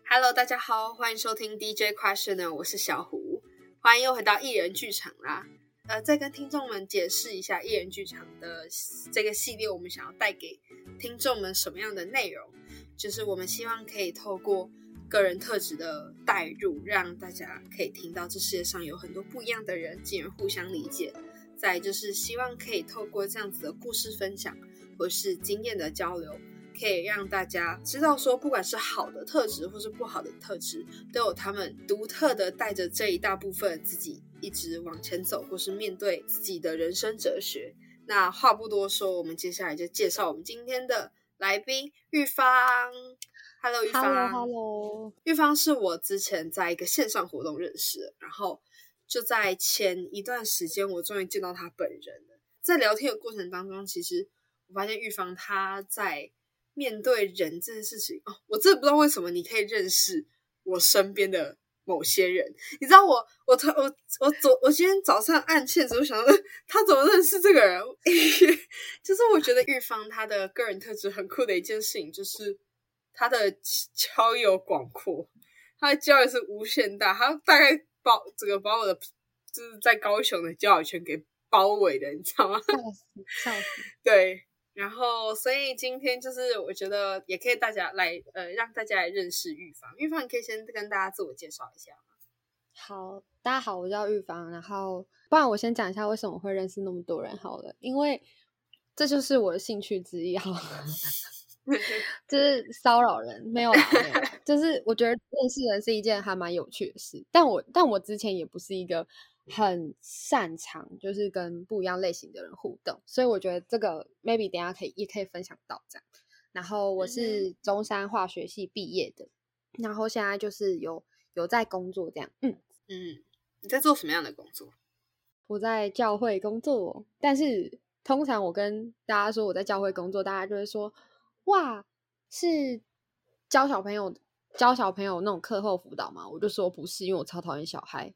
Hello， 大家好，欢迎收听 DJ Questioner， 我是小胡，欢迎又回到艺人剧场啦。再跟听众们解释一下艺人剧场的这个系列，我们想要带给听众们什么样的内容？就是我们希望可以透过个人特质的带入，让大家可以听到这世界上有很多不一样的人，进而互相理解。再来就是希望可以透过这样子的故事分享，或是经验的交流，可以让大家知道说，不管是好的特质或是不好的特质，都有他们独特的带着这一大部分自己一直往前走，或是面对自己的人生哲学。那话不多说，我们接下来就介绍我们今天的来宾玉芳。Hello， 玉芳。 Hello。 玉芳是我之前在一个线上活动认识的，然后就在前一段时间，我终于见到她本人了。在聊天的过程当中，其实我发现玉芳她在面对人这件事情，我真的不知道为什么你可以认识我身边的某些人。你知道我今天早上按现实，我想说他怎么认识这个人？就是我觉得玉芳她的个人特质很酷的一件事情，就是她的交友广阔，她的交友是无限大，她大概把我的就是在高雄的交友圈给包围的，你知道吗？ 笑死！ 对。然后所以今天就是我觉得也可以大家来让大家来认识玉芳。玉芳，你可以先跟大家自我介绍一下吗？ 好，大家好，我叫玉芳。然后不然我先讲一下为什么会认识那么多人好了，因为这就是我的兴趣之一好了。就是骚扰人，没有啦，就是我觉得认识人是一件还蛮有趣的事，但我之前也不是一个很擅长就是跟不一样类型的人互动，所以我觉得这个 maybe 等一下也可以分享到这样。然后我是中山化学系毕业的，然后现在就是有在工作这样。 你在做什么样的工作？ 我在教会工作，但是通常我跟大家说我在教会工作，大家就会说哇，是教小朋友那种课后辅导吗？我就说不是，因为我超讨厌小孩。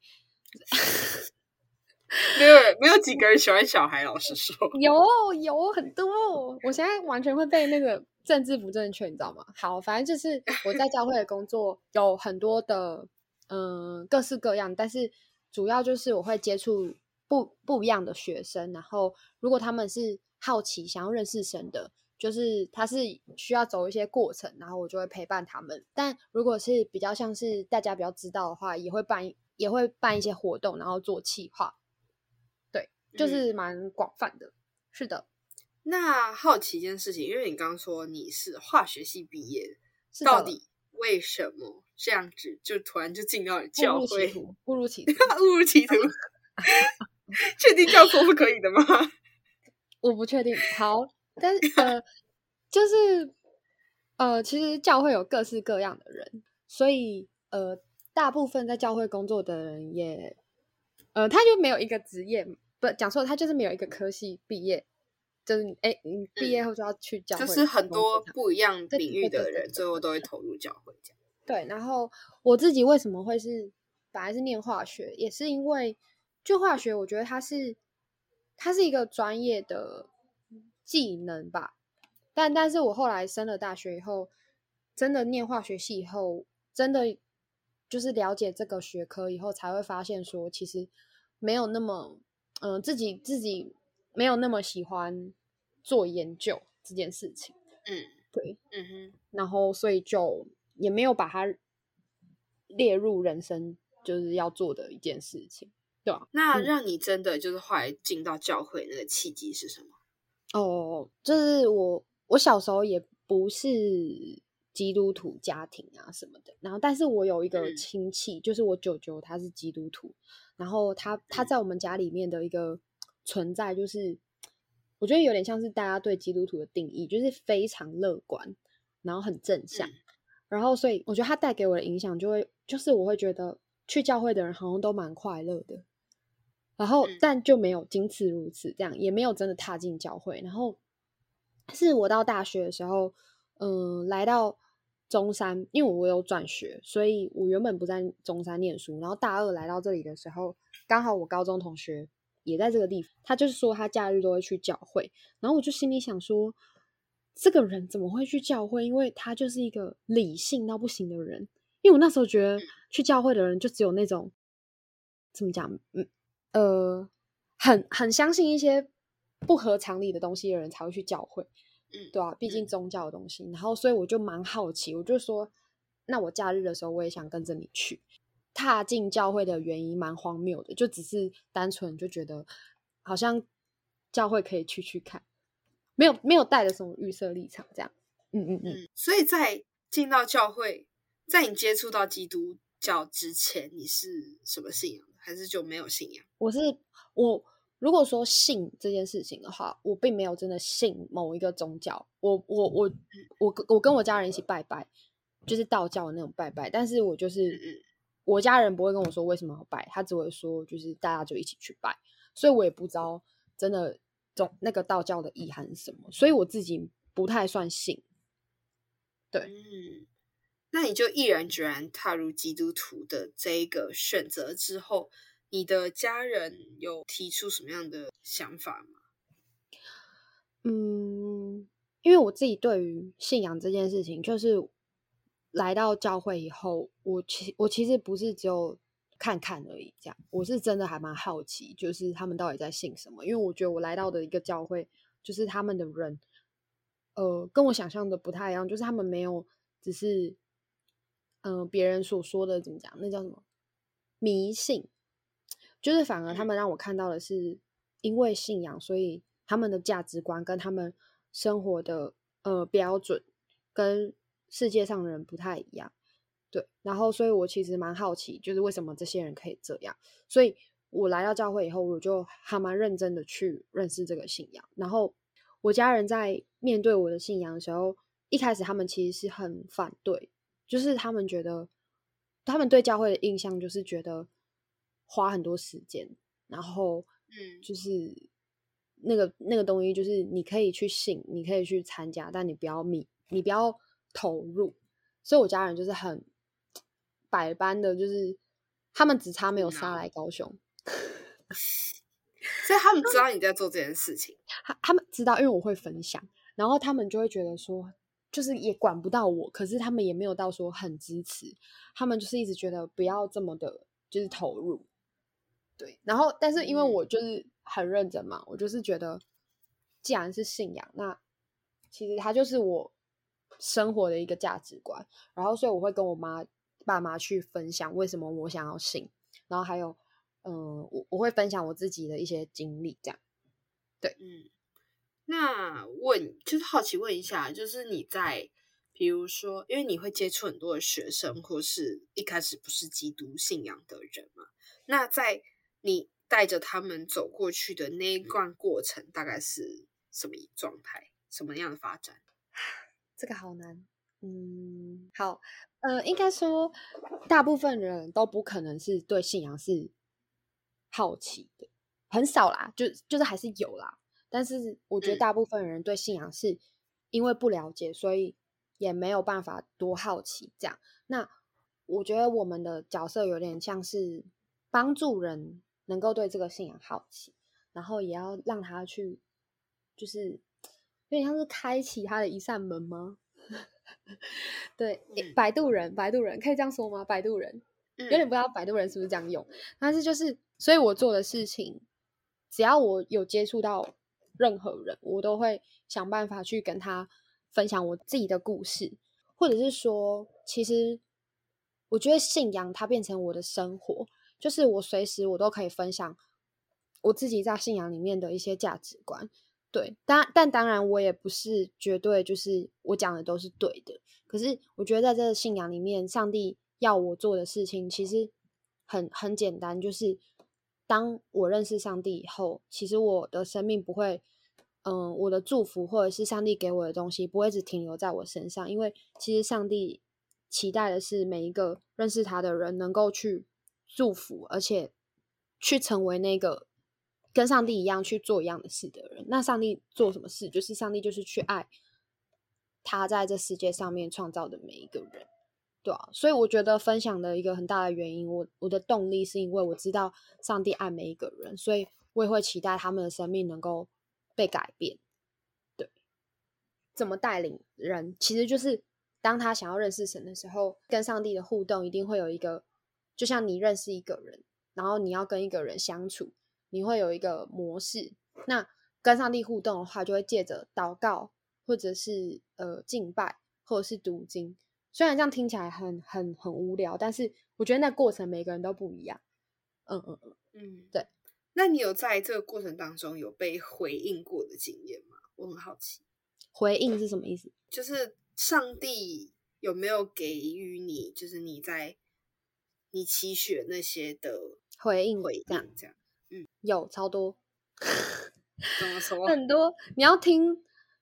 没有几个人喜欢小孩，老实说。 有很多，我现在完全会被那个政治不正确，你知道吗？好，反正就是我在教会的工作有很多的各式各样，但是主要就是我会接触不一样的学生，然后如果他们是好奇想要认识神的，就是他是需要走一些过程，然后我就会陪伴他们。但如果是比较像是大家比较知道的话，也会办一些活动，然后做企划。对，就是蛮广泛的。是的。 那好奇一件事情，因为你刚刚说你是化学系毕业的，到底为什么这样子就突然就进到了教会？ 误入歧途。 误入歧途。确定这样说是可以的吗？ 我不确定。好，但是就是其实教会有各式各样的人，所以大部分在教会工作的人也他就没有一个职业，不讲错，他就是没有一个科系毕业，就是你毕业后就要去教会， 就是很多不一样领域的人最后都会投入教会这样。 对，然后我自己为什么会是本来是念化学，也是因为就化学我觉得它是一个专业的技能吧，但是我后来升了大学以后，真的念化学系以后，真的就是了解这个学科以后，才会发现说其实没有那么自己没有那么喜欢做研究这件事情。对。然后所以就也没有把它列入人生就是要做的一件事情。对啊。 那让你真的就是后来进到教会那个契机是什么？ 就是我小时候也不是基督徒家庭啊什么的，然后但是我有一个亲戚，就是我舅舅，他是基督徒，然后他在我们家里面的一个存在，就是我觉得有点像是大家对基督徒的定义，就是非常乐观，然后很正向，然后所以我觉得他带给我的影响就是我会觉得去教会的人好像都蛮快乐的。然后但就没有仅此如此，这样也没有真的踏进教会。然后是我到大学的时候来到中山，因为我有转学，所以我原本不在中山念书，然后大二来到这里的时候，刚好我高中同学也在这个地方，他就是说他假日都会去教会，然后我就心里想说这个人怎么会去教会，因为他就是一个理性到不行的人， 因为我那时候觉得去教会的人就只有那种怎么讲，很相信一些不合常理的东西的人才会去教会，对啊，毕竟宗教的东西。然后所以我就蛮好奇，我就说，那我假日的时候我也想跟着你去。踏进教会的原因蛮荒谬的，就只是单纯就觉得好像教会可以去看，没有带着什么预设立场这样。 所以在进到教会，在你接触到基督教之前，你是什么信仰的？还是就没有信仰？ 我如果说信这件事情的话，我并没有真的信某一个宗教。我跟我家人一起拜拜，就是道教的那种拜拜，但是我就是我家人不会跟我说为什么要拜，他只会说就是大家就一起去拜，所以我也不知道真的那个道教的意涵是什么，所以我自己不太算信。对， 那你就毅然决然踏入基督徒的这一个选择之后，你的家人有提出什么样的想法吗？ 因为我自己对于信仰这件事情，就是来到教会以后，我其实不是只有看看而已，这样我是真的还蛮好奇，就是他们到底在信什么。因为我觉得我来到的一个教会，就是他们的人，跟我想象的不太一样，就是他们没有只是，别人所说的怎么讲，那叫什么迷信，就是反而他们让我看到的是，因为信仰，所以他们的价值观跟他们生活的标准跟世界上的人不太一样。对，然后所以我其实蛮好奇，就是为什么这些人可以这样。所以我来到教会以后，我就还蛮认真的去认识这个信仰。然后我家人在面对我的信仰的时候，一开始他们其实是很反对，就是他们觉得他们对教会的印象就是觉得花很多时间，然后就是那个东西就是你可以去信，你可以去参加，但你不要投入。所以我家人就是很百般的，就是他们只差没有杀来高雄。 所以他们知道你在做这件事情， 他们知道，因为我会分享，然后他们就会觉得说，就是也管不到我，可是他们也没有到说很支持，他们就是一直觉得不要这么的，就是投入。对，然后但是因为我就是很认真嘛，我就是觉得，既然是信仰，那其实它就是我生活的一个价值观。然后所以我会跟我爸妈去分享为什么我想要信，然后还有我会分享我自己的一些经历，这样。对， 那就是好奇问一下，就是你在比如说，因为你会接触很多的学生，或是一开始不是基督信仰的人嘛，那在你带着他们走过去的那一段过程，大概是什么状态，什么样的发展？ 这个好难。好，应该说大部分人都不可能是对信仰是好奇的，很少啦，就是还是有啦。但是我觉得大部分人对信仰是因为不了解，所以也没有办法多好奇这样。那我觉得我们的角色有点像是帮助人能够对这个信仰好奇，然后也要让他去，就是有点像是开启他的一扇门吗？对，摆渡人可以这样说吗？摆渡人，有点不知道摆渡人是不是这样用，但是就是，所以我做的事情，只要我有接触到任何人，我都会想办法去跟他分享我自己的故事，或者是说，其实我觉得信仰它变成我的生活，就是我随时我都可以分享我自己在信仰里面的一些价值观。对，但当然我也不是绝对就是我讲的都是对的，可是我觉得在这个信仰里面，上帝要我做的事情其实很简单，就是当我认识上帝以后，其实我的生命不会，我的祝福或者是上帝给我的东西不会只停留在我身上，因为其实上帝期待的是每一个认识他的人能够去祝福，而且去成为那个跟上帝一样去做一样的事的人。那上帝做什么事？就是上帝就是去爱他在这世界上面创造的每一个人，对啊。所以我觉得分享的一个很大的原因，我的动力是因为我知道上帝爱每一个人，所以我也会期待他们的生命能够被改变。对，怎么带领人，其实就是当他想要认识神的时候，跟上帝的互动一定会有一个，就像你认识一个人，然后你要跟一个人相处，你会有一个模式。那跟上帝互动的话，就会借着祷告，或者是敬拜，或者是读经。虽然这样听起来很无聊，但是我觉得那过程每个人都不一样。对。 那你有在这个过程当中有被回应过的经验吗？我很好奇。 回应是什么意思？ 就是上帝有没有给予你，就是你期许那些的回应这样？ 有超多。 怎么说？ 很多。你要听，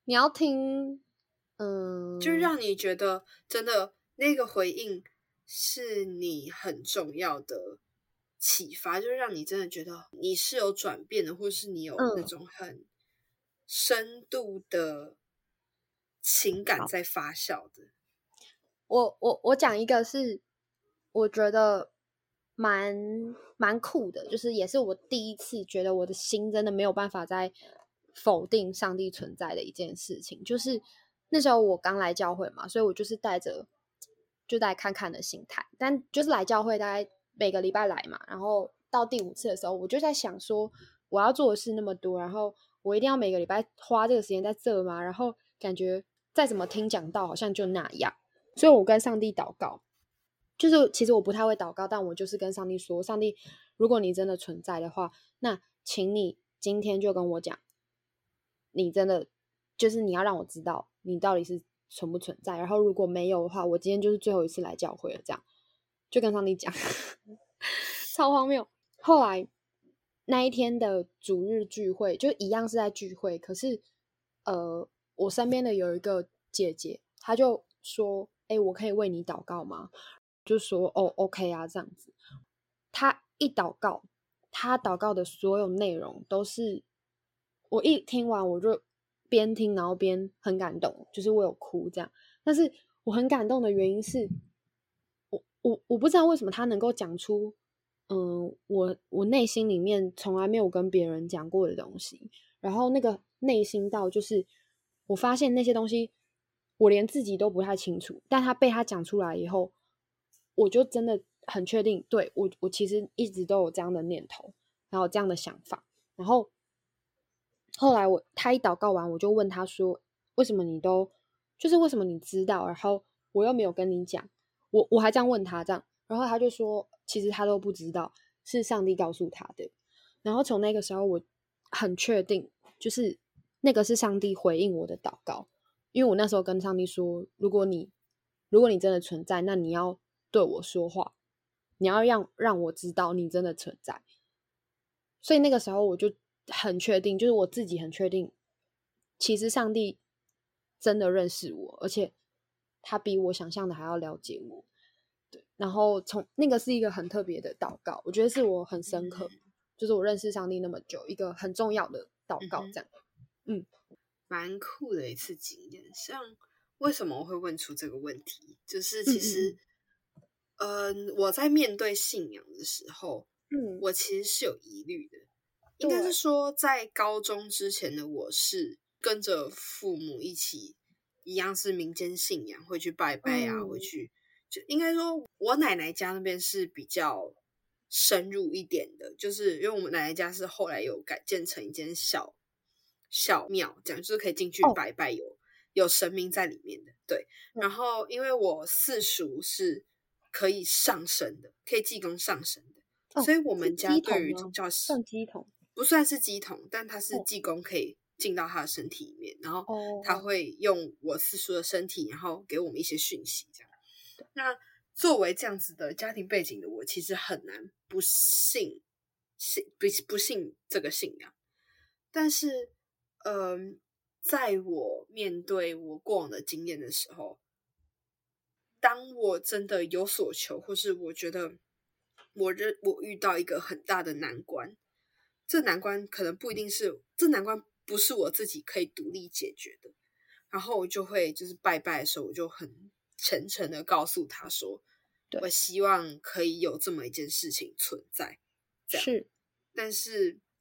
就让你觉得真的那个回应是你很重要的启发，就让你真的觉得你是有转变的，或是你有那种很深度的情感在发酵的。 我讲一个是我觉得蛮酷的，就是也是我第一次觉得我的心真的没有办法再否定上帝存在的一件事情。就是那时候我刚来教会嘛，所以我就是带着看看的心态，但就是来教会大概每个礼拜来嘛，然后到第5次的时候，我就在想说我要做的事那么多，然后我一定要每个礼拜花这个时间在这吗？然后感觉再怎么听讲道好像就那样，所以我跟上帝祷告。就是其实我不太会祷告，但我就是跟上帝说，上帝，如果你真的存在的话，那请你今天就跟我讲，你真的就是你要让我知道你到底是存不存在，然后如果没有的话，我今天就是最后一次来教会了，这样就跟上帝讲。超荒谬。后来那一天的主日聚会就一样是在聚会，可是我身边的有一个姐姐，她就说我可以为你祷告吗？就说OK 啊，这样子。她一祷告，她祷告的所有内容都是我一听完我就边听然后边很感动，就是我有哭这样。但是我很感动的原因是我不知道为什么她能够讲出我内心里面从来没有跟别人讲过的东西，然后那个内心到就是我发现那些东西我连自己都不太清楚，但他被他讲出来以后，我就真的很确定，对，我其实一直都有这样的念头，然后这样的想法。然后后来他一祷告完，我就问他说，为什么你知道，然后我又没有跟你讲，我还这样问他这样，然后他就说其实他都不知道，是上帝告诉他的。然后从那个时候我很确定，就是那个是上帝回应我的祷告，因为我那时候跟上帝说，如果你真的存在，那你要对我说话，你要让我知道你真的存在。所以那个时候我就很确定，就是我自己很确定，其实上帝真的认识我，而且他比我想象的还要了解我。对，然后从那个是一个很特别的祷告，我觉得是我很深刻，就是我认识上帝那么久一个很重要的祷告，这样。 蛮酷的一次经验。像为什么我会问出这个问题，就是其实我在面对信仰的时候，我其实是有疑虑的。应该是说在高中之前的我是跟着父母一样是民间信仰，会去拜拜啊，会去，就应该说我奶奶家那边是比较深入一点的，就是因为我们奶奶家是后来有改建成一间小庙，这样就是可以进去拜拜，有神明在里面的。对，然后因为我四叔是可以上身的，可以济公上身的，所以我们家对于算乩童， 不算是乩童，但他是济公可以进到他的身体里面，然后他会用我四叔的身体，然后给我们一些讯息，这样。那作为这样子的家庭背景的我，其实很难不信这个信仰。但是在我面对我过往的经验的时候，当我真的有所求，或是我觉得我遇到一个很大的难关，这难关可能不一定是，这难关不是我自己可以独立解决的，然后我就会就是拜拜的时候，我就很诚诚的告诉他说，我希望可以有这么一件事情存在，这样。 是， 但是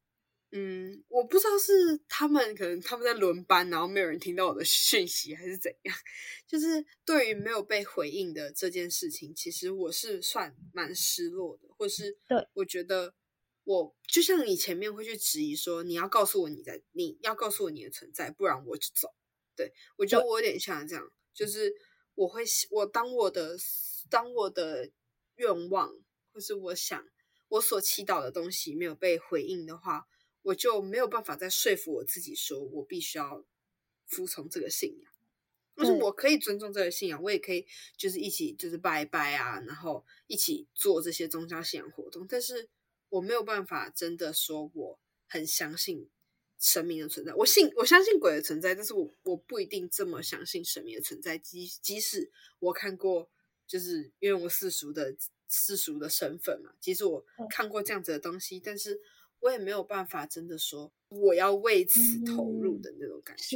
我不知道是可能他们在轮班，然后没有人听到我的讯息，还是怎样。就是对于没有被回应的这件事情，其实我是算蛮失落的，或是我觉得我就像你前面会去质疑说，你要告诉我你要告诉我你的存在，不然我就走。对，我觉得我有点像这样，就是当我的愿望或是我所祈祷的东西没有被回应的话，我就没有办法再说服我自己说我必须要服从这个信仰。就是我可以尊重这个信仰，我也可以就是一起就是拜拜啊，然后一起做这些宗教信仰活动，但是我没有办法真的说我很相信神明的存在。我相信鬼的存在，但是我不一定这么相信神明的存在。即使我看过，就是因为我世俗的身份嘛，即使我看过这样子的东西，但是我也没有办法真的说我要为此投入的那种感觉。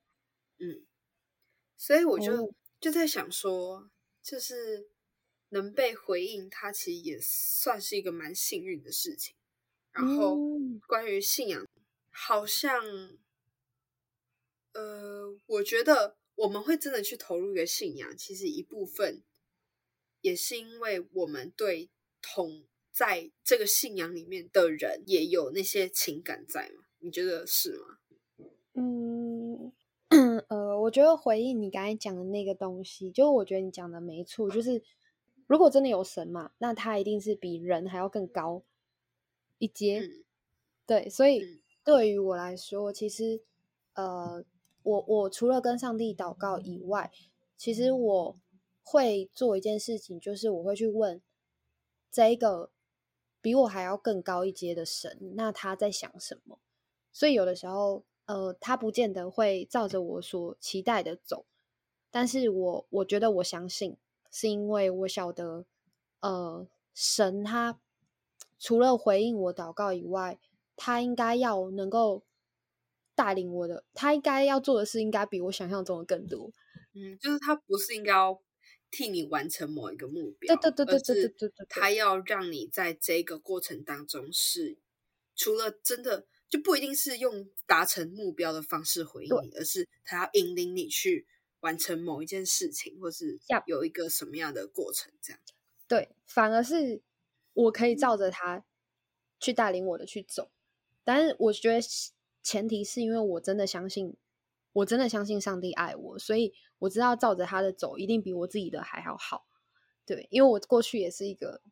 所以我就在想说，就是能被回应，它其实也算是一个蛮幸运的事情。然后关于信仰，好像我觉得我们会真的去投入一个信仰，其实一部分也是因为我们对在这个信仰里面的人也有那些情感在嘛？你觉得是吗？ 我觉得回应你刚才讲的那个东西，就我觉得你讲的没错，就是如果真的有神嘛，那他一定是比人还要更高一阶。对，所以对于我来说，其实我除了跟上帝祷告以外，其实我会做一件事情，就是我会去问这一个比我还要更高一阶的神，那他在想什么？所以有的时候他不见得会照着我所期待的走，但是我觉得我相信，是因为我晓得神他除了回应我祷告以外，他应该要能够带领我的，他应该要做的事应该比我想象中的更多。 就是他不是应该要替你完成某一个目标， 对， 而是他要让你在这个过程当中是除了真的就不一定是用达成目标的方式回应你，而是他要引领你去完成某一件事情，或是有一个什么样的过程这样。 对，反而是我可以照着他去带领我的去走，但是我觉得前提是因为我真的相信上帝爱我，所以我知道照着他的走一定比我自己的还要好。对，因为我过去也是一个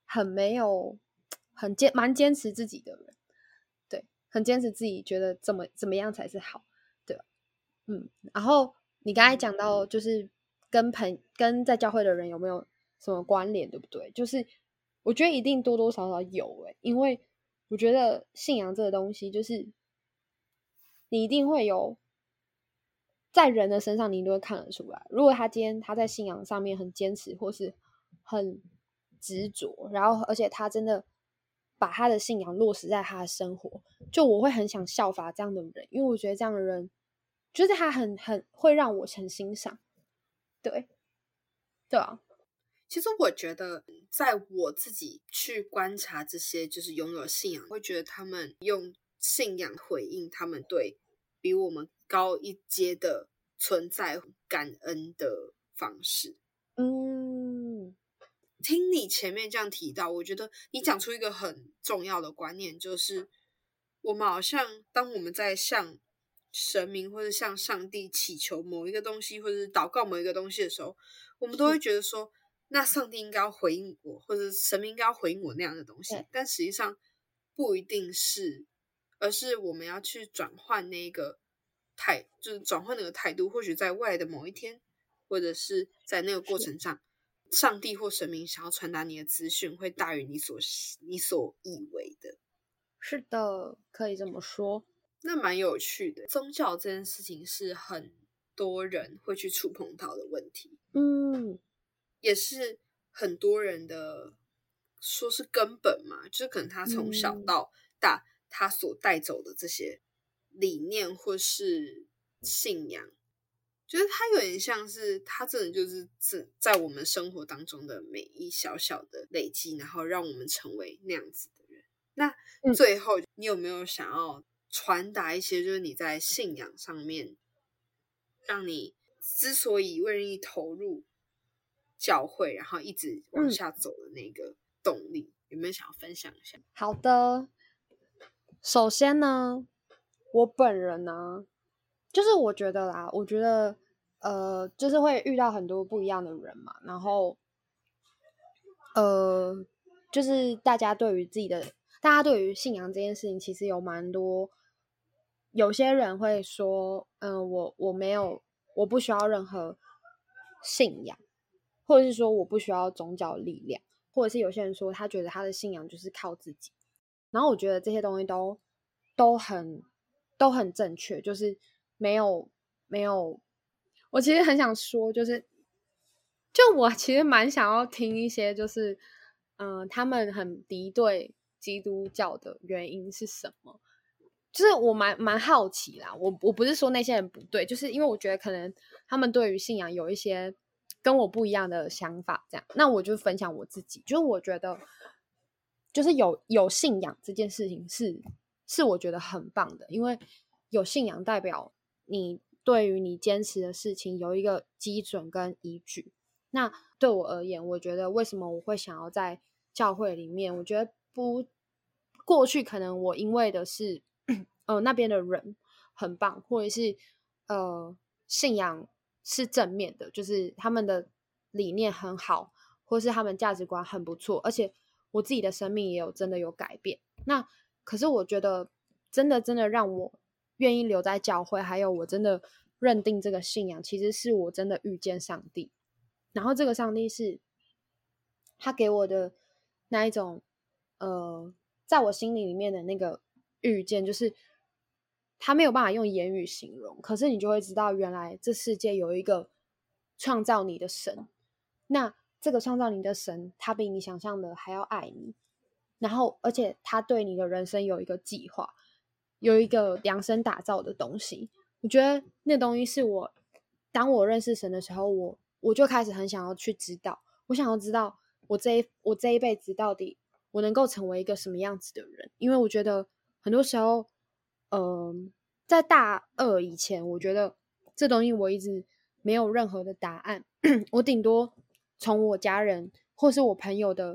蛮坚持自己的人，对，很坚持自己觉得怎么样才是好，对吧？然后你刚才讲到就是跟在教会的人有没有什么关联，对不对？就是我觉得一定多多少少有因为我觉得信仰这个东西，就是你一定会有在人的身上，你都会看得出来。如果他今天他在信仰上面很坚持，或是很执着，然后而且他真的把他的信仰落实在他的生活，就我会很想效法这样的人，因为我觉得这样的人就是他很会让我很欣赏。对啊， 其实我觉得在我自己去观察这些就是拥有信仰，会觉得他们用信仰回应他们对比我们高一阶的存在感恩的方式。听你前面这样提到，我觉得你讲出一个很重要的观念，就是我们好像当我们在向神明或者向上帝祈求某一个东西，或者是祷告某一个东西的时候，我们都会觉得说，那上帝应该要回应我，或者神明应该要回应我那样的东西。但实际上不一定是，而是我们要去转换那个就是转换那个态度。或许在未来的某一天，或者是在那个过程上，上帝或神明想要传达你的资讯，会大于你所以为的。 是的，可以这么说。 那蛮有趣的。宗教这件事情是很多人会去触碰到的问题，也是很多人的说是根本嘛，就是可能他从小到大，他所带走的这些理念或是信仰，就是它有点像是它真的就是在我们生活当中的每一小小的累积，然后让我们成为那样子的人。 那最后你有没有想要传达一些就是你在信仰上面让你之所以愿意投入教会然后一直往下走的那个动力，有没有想要分享一下？ 好的，首先呢，我本人呢，就是我觉得就是会遇到很多不一样的人嘛，然后就是大家对于信仰这件事情其实有蛮多，有些人会说我不需要任何信仰，或者是说我不需要宗教力量，或者是有些人说他觉得他的信仰就是靠自己，然后我觉得这些东西都很正确，就是没有，我其实很想说，就我其实蛮想要听一些，就是他们很敌对基督教的原因是什么？就是我蛮好奇啦，我不是说那些人不对，就是因为我觉得可能他们对于信仰有一些跟我不一样的想法，这样，那我就分享我自己，就是我觉得，就是有信仰这件事情是我觉得很棒的，因为有信仰代表你对于你坚持的事情有一个基准跟依据。那对我而言，我觉得为什么我会想要在教会里面，我觉得过去可能我因为的是那边的人很棒，或者是信仰是正面的，就是他们的理念很好，或是他们价值观很不错，而且我自己的生命也真的有改变。那可是我觉得真的让我愿意留在教会，还有我真的认定这个信仰，其实是我真的遇见上帝，然后这个上帝是他给我的那一种在我心里面的那个遇见，就是他没有办法用言语形容，可是你就会知道原来这世界有一个创造你的神，那这个创造你的神他比你想象的还要爱你，然后而且他对你的人生有一个计划，有一个量身打造的东西。我觉得那东西是当我认识神的时候，我就开始很想要去知道，我想要知道我这一辈子到底我能够成为一个什么样子的人。因为我觉得很多时候在大二以前，我觉得这东西我一直没有任何的答案我顶多从我家人或是我朋友的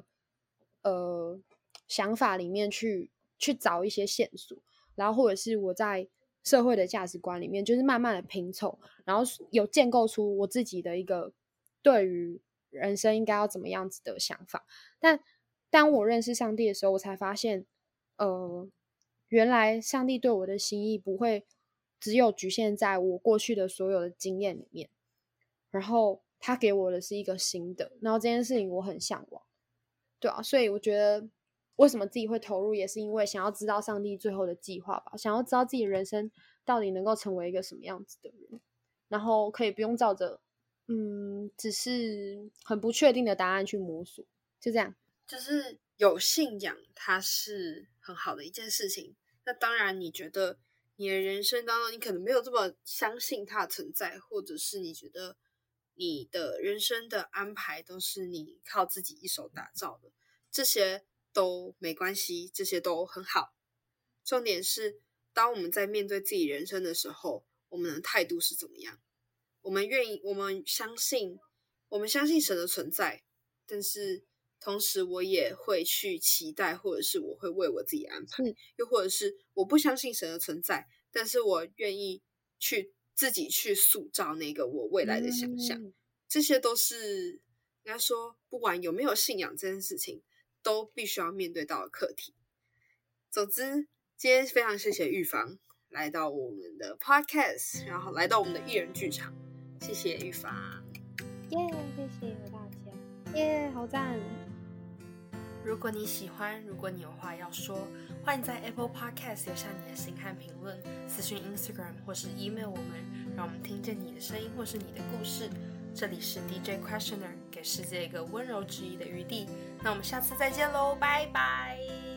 想法里面去找一些线索，然后或者是我在社会的价值观里面就是慢慢的拼凑，然后有建构出我自己的一个对于人生应该要怎么样子的想法。但当我认识上帝的时候，我才发现原来上帝对我的心意不会只有局限在我过去的所有的经验里面，然后他给我的是一个新的，然后这件事情我很向往，对啊，所以我觉得为什么自己会投入，也是因为想要知道上帝最后的计划吧，想要知道自己的人生到底能够成为一个什么样子的人，然后可以不用照着只是很不确定的答案去摸索，就这样。 就是有信仰它是很好的一件事情，那当然你觉得你的人生当中你可能没有这么相信它的存在，或者是你觉得你的人生的安排都是你靠自己一手打造的，这些都没关系，这些都很好。重点是当我们在面对自己人生的时候，我们的态度是怎么样。我们相信神的存在，但是同时我也会去期待，或者是我会为我自己安排，又或者是我不相信神的存在，但是我愿意去自己去塑造那个我未来的想象。这些都是应该说不管有没有信仰这件事情都必须要面对到的课题。总之今天非常谢谢玉芳来到我们的 podcast， 然后来到我们的艺人剧场，谢谢玉芳。 耶，谢谢大家，耶，好赞。 如果你喜欢，如果你有话要说，欢迎在 Apple Podcast 留下你的心和评论，私讯 Instagram 或是 email 我们，让我们听见你的声音或是你的故事。这里是 DJ Questioner， 给世界一个温柔质疑的余地。那我们下次再见喽，拜拜。